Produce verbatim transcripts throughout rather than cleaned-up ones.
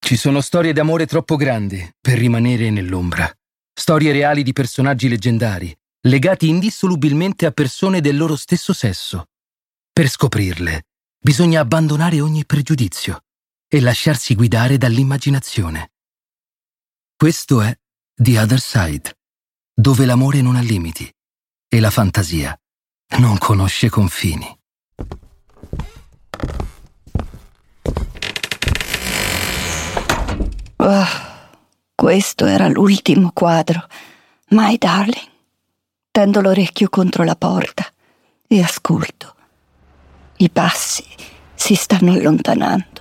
Ci sono storie d'amore troppo grandi per rimanere nell'ombra. Storie reali di personaggi leggendari, legati indissolubilmente a persone del loro stesso sesso. Per scoprirle, bisogna abbandonare ogni pregiudizio e lasciarsi guidare dall'immaginazione. Questo è The Other Side, dove l'amore non ha limiti e la fantasia non conosce confini. Oh, questo era l'ultimo quadro. My darling. Tendo l'orecchio contro la porta e ascolto. I passi si stanno allontanando.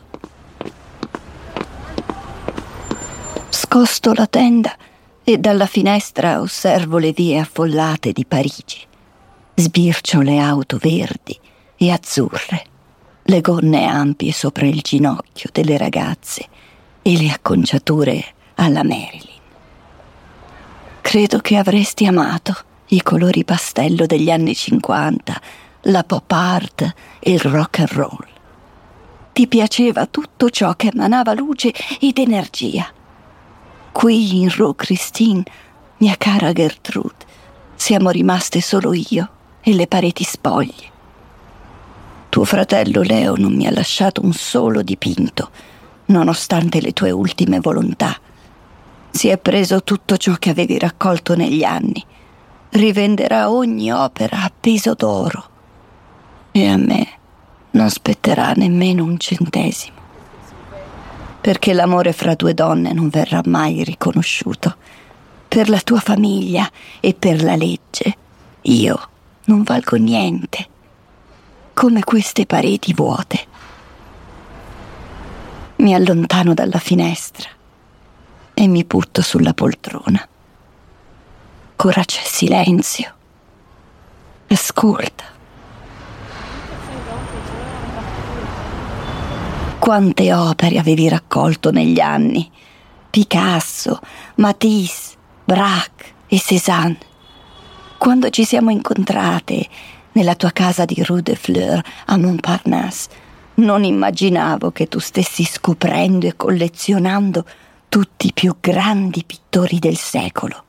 Scosto la tenda e dalla finestra osservo le vie affollate di Parigi. Sbircio le auto verdi e azzurre, le gonne ampie sopra il ginocchio delle ragazze e le acconciature alla Marilyn. Credo che avresti amato i colori pastello degli anni cinquanta, la pop art e il rock and roll. Ti piaceva tutto ciò che emanava luce ed energia. Qui in Rue Christine, mia cara Gertrude, siamo rimaste solo io e le pareti spoglie. Tuo fratello Leo non mi ha lasciato un solo dipinto, nonostante le tue ultime volontà. Si è preso tutto ciò che avevi raccolto negli anni. Rivenderà ogni opera a peso d'oro. E a me non spetterà nemmeno un centesimo. Perché l'amore fra due donne non verrà mai riconosciuto. Per la tua famiglia e per la legge, io non valgo niente. Come queste pareti vuote. Mi allontano dalla finestra e mi butto sulla poltrona. Ora c'è silenzio. Ascolta. Quante opere avevi raccolto negli anni? Picasso, Matisse, Braque e Cézanne. Quando ci siamo incontrate nella tua casa di Rue des Fleurs a Montparnasse, non immaginavo che tu stessi scoprendo e collezionando tutti i più grandi pittori del secolo.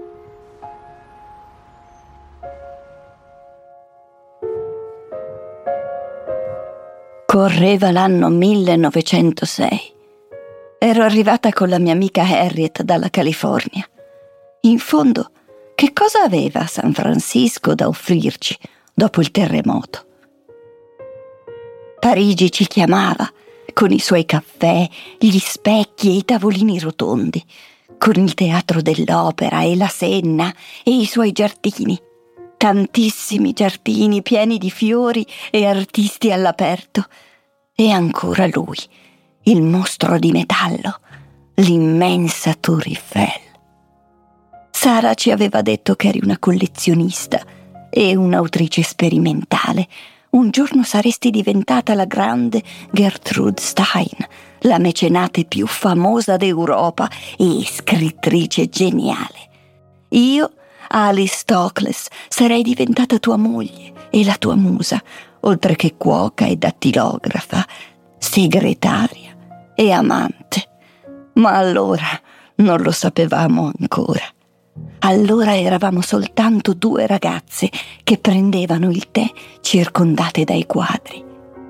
Correva l'anno millenovecentosei. Ero arrivata con la mia amica Harriet dalla California. In fondo, che cosa aveva San Francisco da offrirci dopo il terremoto? Parigi ci chiamava, con i suoi caffè, gli specchi e i tavolini rotondi, con il teatro dell'opera e la Senna e i suoi giardini. Tantissimi giardini pieni di fiori e artisti all'aperto. E ancora lui, il mostro di metallo, l'immensa Tour Eiffel. Sara ci aveva detto che eri una collezionista e un'autrice sperimentale. Un giorno saresti diventata la grande Gertrude Stein, la mecenate più famosa d'Europa e scrittrice geniale. Io, Alice Stokes, sarei diventata tua moglie e la tua musa, oltre che cuoca e dattilografa, segretaria e amante. Ma allora non lo sapevamo ancora. Allora eravamo soltanto due ragazze che prendevano il tè circondate dai quadri.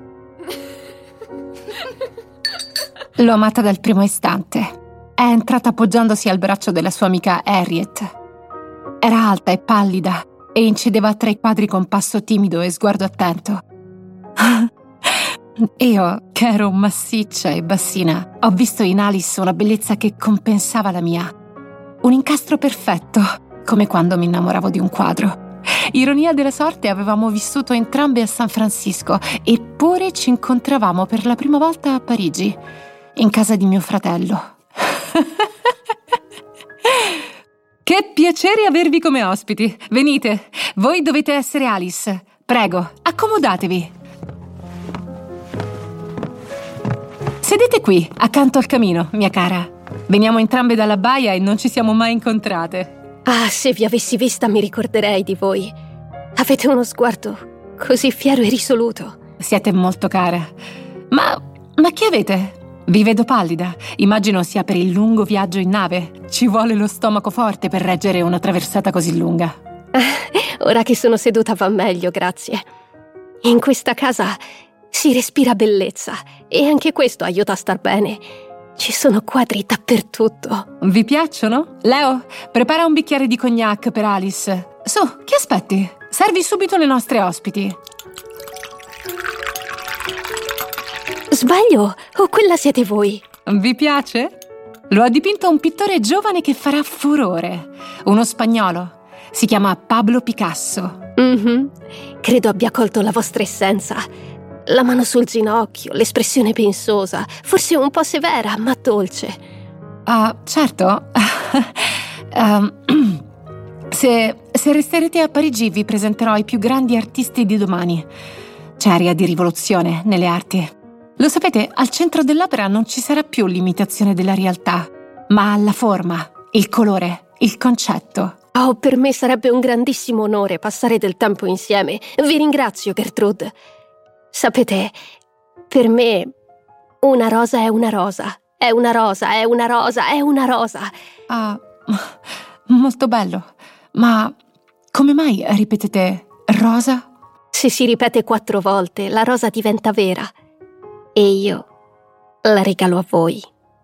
L'ho amata dal primo istante. È entrata appoggiandosi al braccio della sua amica Harriet. Era alta e pallida e incedeva tra i quadri con passo timido e sguardo attento. Io, che ero massiccia e bassina, ho visto in Alice una bellezza che compensava la mia. Un incastro perfetto, come quando mi innamoravo di un quadro. Ironia della sorte, avevamo vissuto entrambe a San Francisco, eppure ci incontravamo per la prima volta a Parigi, in casa di mio fratello. Che piacere avervi come ospiti. Venite, voi dovete essere Alice. Prego, accomodatevi. Sedete qui, accanto al camino, mia cara. Veniamo entrambe dalla baia e non ci siamo mai incontrate. Ah, se vi avessi vista mi ricorderei di voi. Avete uno sguardo così fiero e risoluto. Siete molto care. Ma, ma chi avete? Vi vedo pallida. Immagino sia per il lungo viaggio in nave. Ci vuole lo stomaco forte per reggere una traversata così lunga. Ora che sono seduta va meglio, grazie. In questa casa si respira bellezza e anche questo aiuta a star bene. Ci sono quadri dappertutto. Vi piacciono? Leo, prepara un bicchiere di cognac per Alice. Su, che aspetti? Servi subito le nostre ospiti. Sbaglio o quella siete voi? Vi piace? Lo ha dipinto un pittore giovane che farà furore. Uno spagnolo. Si chiama Pablo Picasso. Mm-hmm. Credo abbia colto la vostra essenza. La mano sul ginocchio, l'espressione pensosa, forse un po' severa, ma dolce. Ah, uh, certo. um, se, se resterete a Parigi vi presenterò i più grandi artisti di domani. C'è aria di rivoluzione nelle arti. Lo sapete, al centro dell'opera non ci sarà più l'imitazione della realtà, ma la forma, il colore, il concetto. Oh, per me sarebbe un grandissimo onore passare del tempo insieme. Vi ringrazio, Gertrude. Sapete, per me una rosa è una rosa, è una rosa, è una rosa, è una rosa. Ah, molto bello. Ma come mai ripetete rosa? Se si ripete quattro volte, la rosa diventa vera. E io la regalo a voi.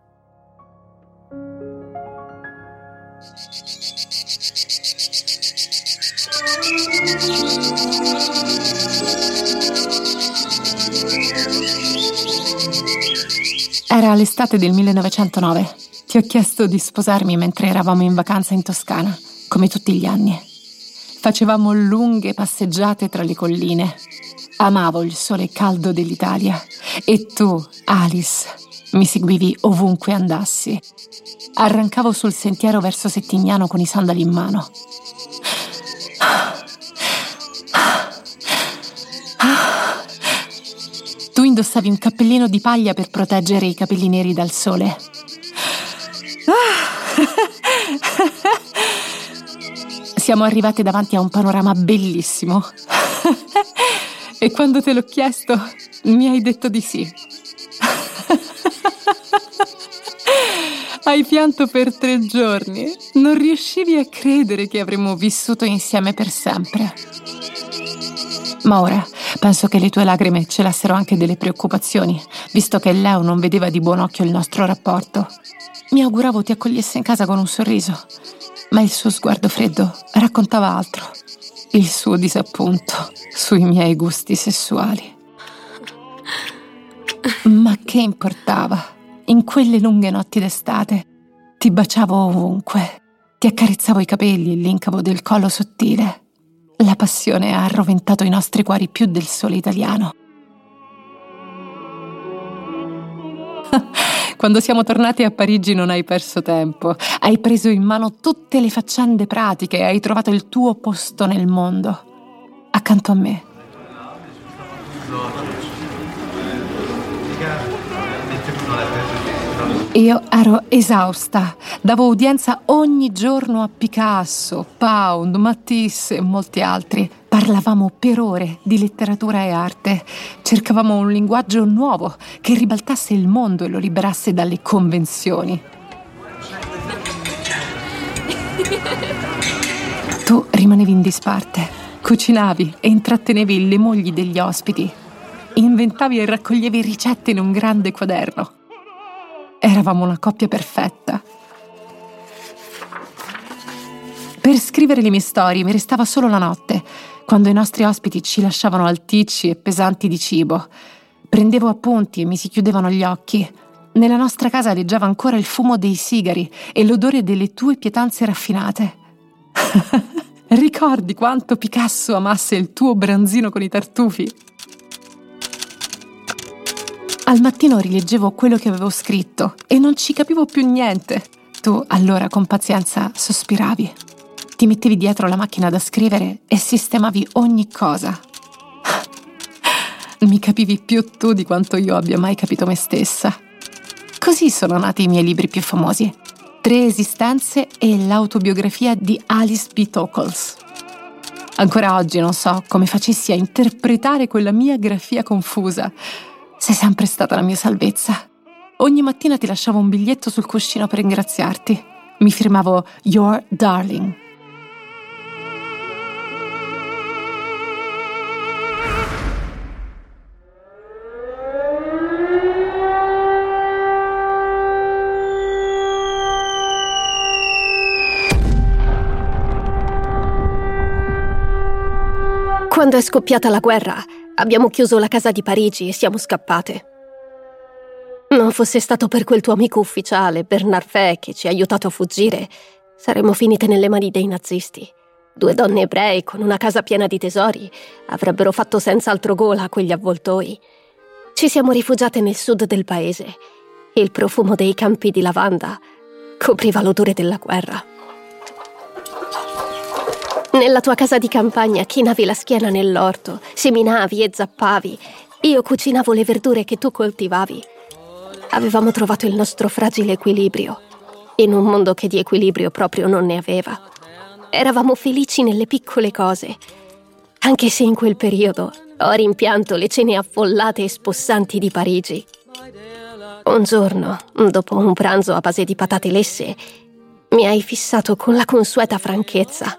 Era l'estate del millenovecentonove. Ti ho chiesto di sposarmi mentre eravamo in vacanza in Toscana, come tutti gli anni. Facevamo lunghe passeggiate tra le colline. Amavo il sole caldo dell'Italia e tu, Alice, mi seguivi ovunque andassi. Arrancavo sul sentiero verso Settignano con i sandali in mano. Tu indossavi un cappellino di paglia per proteggere i capelli neri dal sole. Siamo arrivate davanti a un panorama bellissimo. E quando te l'ho chiesto, mi hai detto di sì. Hai pianto per tre giorni. Non riuscivi a credere che avremmo vissuto insieme per sempre. Ma ora penso che le tue lacrime celassero anche delle preoccupazioni, visto che Leo non vedeva di buon occhio il nostro rapporto. Mi auguravo ti accogliesse in casa con un sorriso, ma il suo sguardo freddo raccontava altro. Il suo disappunto sui miei gusti sessuali. Ma che importava? In quelle lunghe notti d'estate ti baciavo ovunque, ti accarezzavo i capelli e l'incavo del collo sottile. La passione ha arroventato i nostri cuori più del sole italiano. Quando siamo tornati a Parigi non hai perso tempo. Hai preso in mano tutte le faccende pratiche e hai trovato il tuo posto nel mondo, accanto a me. Io ero esausta. Davo udienza ogni giorno a Picasso, Pound, Matisse e molti altri. Parlavamo per ore di letteratura e arte. Cercavamo un linguaggio nuovo che ribaltasse il mondo e lo liberasse dalle convenzioni. Tu rimanevi in disparte, cucinavi e intrattenevi le mogli degli ospiti. Inventavi e raccoglievi ricette in un grande quaderno. Eravamo una coppia perfetta. Per scrivere le mie storie mi restava solo la notte, quando i nostri ospiti ci lasciavano alticci e pesanti di cibo. Prendevo appunti e mi si chiudevano gli occhi. Nella nostra casa aleggiava ancora il fumo dei sigari e l'odore delle tue pietanze raffinate. Ricordi quanto Picasso amasse il tuo branzino con i tartufi? Al mattino rileggevo quello che avevo scritto e non ci capivo più niente. Tu allora con pazienza sospiravi. Ti mettevi dietro la macchina da scrivere e sistemavi ogni cosa. Mi capivi più tu di quanto io abbia mai capito me stessa. Così sono nati i miei libri più famosi. Tre esistenze e l'autobiografia di Alice B. Toklas. Ancora oggi non so come facessi a interpretare quella mia grafia confusa. Sei sempre stata la mia salvezza. Ogni mattina ti lasciavo un biglietto sul cuscino per ringraziarti. Mi firmavo Your Darling. Quando è scoppiata la guerra, abbiamo chiuso la casa di Parigi e siamo scappate. Non fosse stato per quel tuo amico ufficiale, Bernard Fay, che ci ha aiutato a fuggire, saremmo finite nelle mani dei nazisti. Due donne ebrei con una casa piena di tesori avrebbero fatto senz'altro gola a quegli avvoltoi. Ci siamo rifugiate nel sud del paese e il profumo dei campi di lavanda copriva l'odore della guerra. Nella tua casa di campagna chinavi la schiena nell'orto, seminavi e zappavi. Io cucinavo le verdure che tu coltivavi. Avevamo trovato il nostro fragile equilibrio, in un mondo che di equilibrio proprio non ne aveva. Eravamo felici nelle piccole cose, anche se in quel periodo ho rimpianto le cene affollate e spossanti di Parigi. Un giorno, dopo un pranzo a base di patate lesse, mi hai fissato con la consueta franchezza.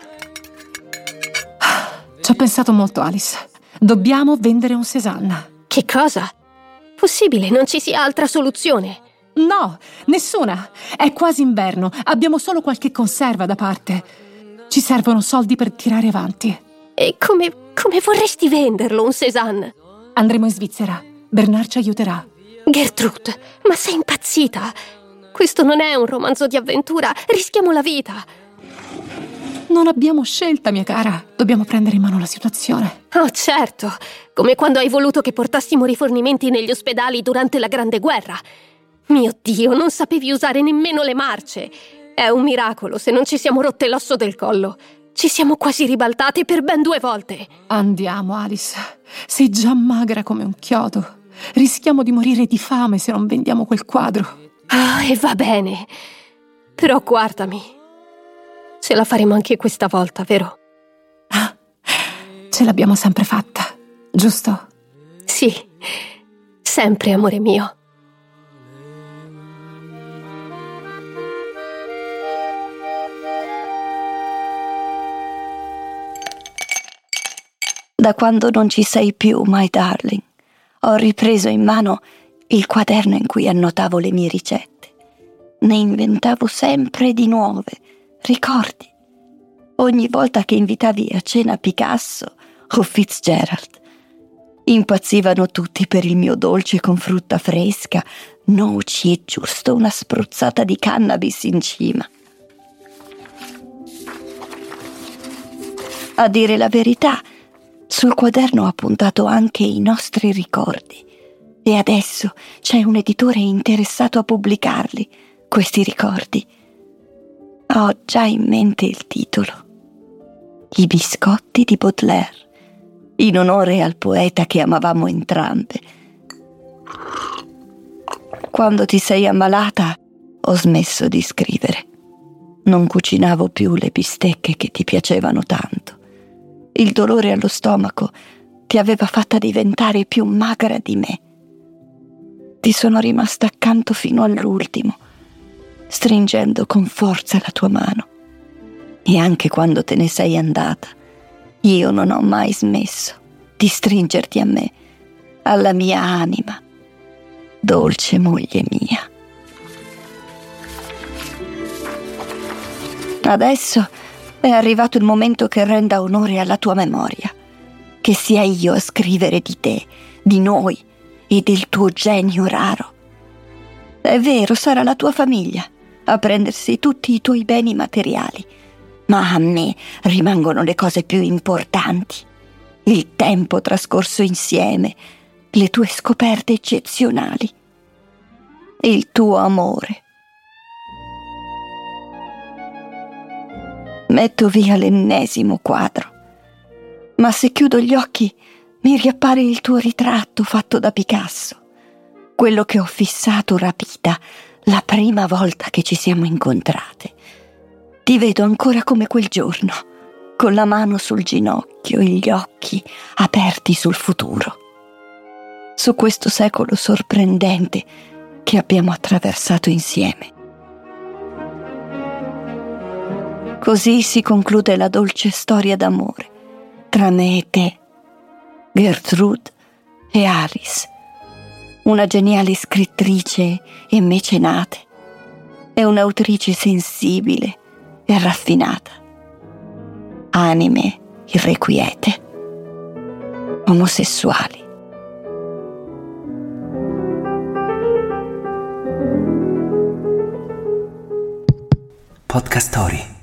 Ci ho pensato molto, Alice. Dobbiamo vendere un Cézanne. Che cosa? Possibile, non ci sia altra soluzione? No, nessuna. È quasi inverno. Abbiamo solo qualche conserva da parte. Ci servono soldi per tirare avanti. E come, come vorresti venderlo, un Cézanne? Andremo in Svizzera. Bernard ci aiuterà. Gertrude, ma sei impazzita? Questo non è un romanzo di avventura. Rischiamo la vita. Non abbiamo scelta, mia cara. Dobbiamo prendere in mano la situazione. Oh, certo. Come quando hai voluto che portassimo rifornimenti negli ospedali durante la Grande Guerra. Mio Dio, non sapevi usare nemmeno le marce. È un miracolo se non ci siamo rotte l'osso del collo. Ci siamo quasi ribaltate per ben due volte. Andiamo, Alice. Sei già magra come un chiodo. Rischiamo di morire di fame se non vendiamo quel quadro. Ah, e va bene. Però guardami. Ce la faremo anche questa volta, vero? Ah, ce l'abbiamo sempre fatta, giusto? Sì, sempre, amore mio. Da quando non ci sei più, my darling, ho ripreso in mano il quaderno in cui annotavo le mie ricette. Ne inventavo sempre di nuove. Ricordi? Ogni volta che invitavi a cena Picasso o Fitzgerald, impazzivano tutti per il mio dolce con frutta fresca, noci e giusto una spruzzata di cannabis in cima. A dire la verità, sul quaderno ho appuntato anche i nostri ricordi e adesso c'è un editore interessato a pubblicarli, questi ricordi. Ho già in mente il titolo. I biscotti di Baudelaire, in onore al poeta che amavamo entrambe. Quando ti sei ammalata, ho smesso di scrivere. Non cucinavo più le bistecche che ti piacevano tanto. Il dolore allo stomaco ti aveva fatta diventare più magra di me. Ti sono rimasta accanto fino all'ultimo, stringendo con forza la tua mano. E anche quando te ne sei andata, io non ho mai smesso di stringerti a me, alla mia anima, dolce moglie mia. Adesso è arrivato il momento che renda onore alla tua memoria, che sia io a scrivere di te, di noi e del tuo genio raro. È vero, sarà la tua famiglia a prendersi tutti i tuoi beni materiali, ma a me rimangono le cose più importanti, il tempo trascorso insieme, le tue scoperte eccezionali, il tuo amore. Metto via l'ennesimo quadro, ma se chiudo gli occhi mi riappare il tuo ritratto fatto da Picasso, quello che ho fissato rapita la prima volta che ci siamo incontrate. Ti vedo ancora come quel giorno, con la mano sul ginocchio e gli occhi aperti sul futuro. Su questo secolo sorprendente che abbiamo attraversato insieme. Così si conclude la dolce storia d'amore tra me e te, Gertrude e Alice, una geniale scrittrice e mecenate e un'autrice sensibile e raffinata, anime irrequiete, omosessuali. Podcast Story.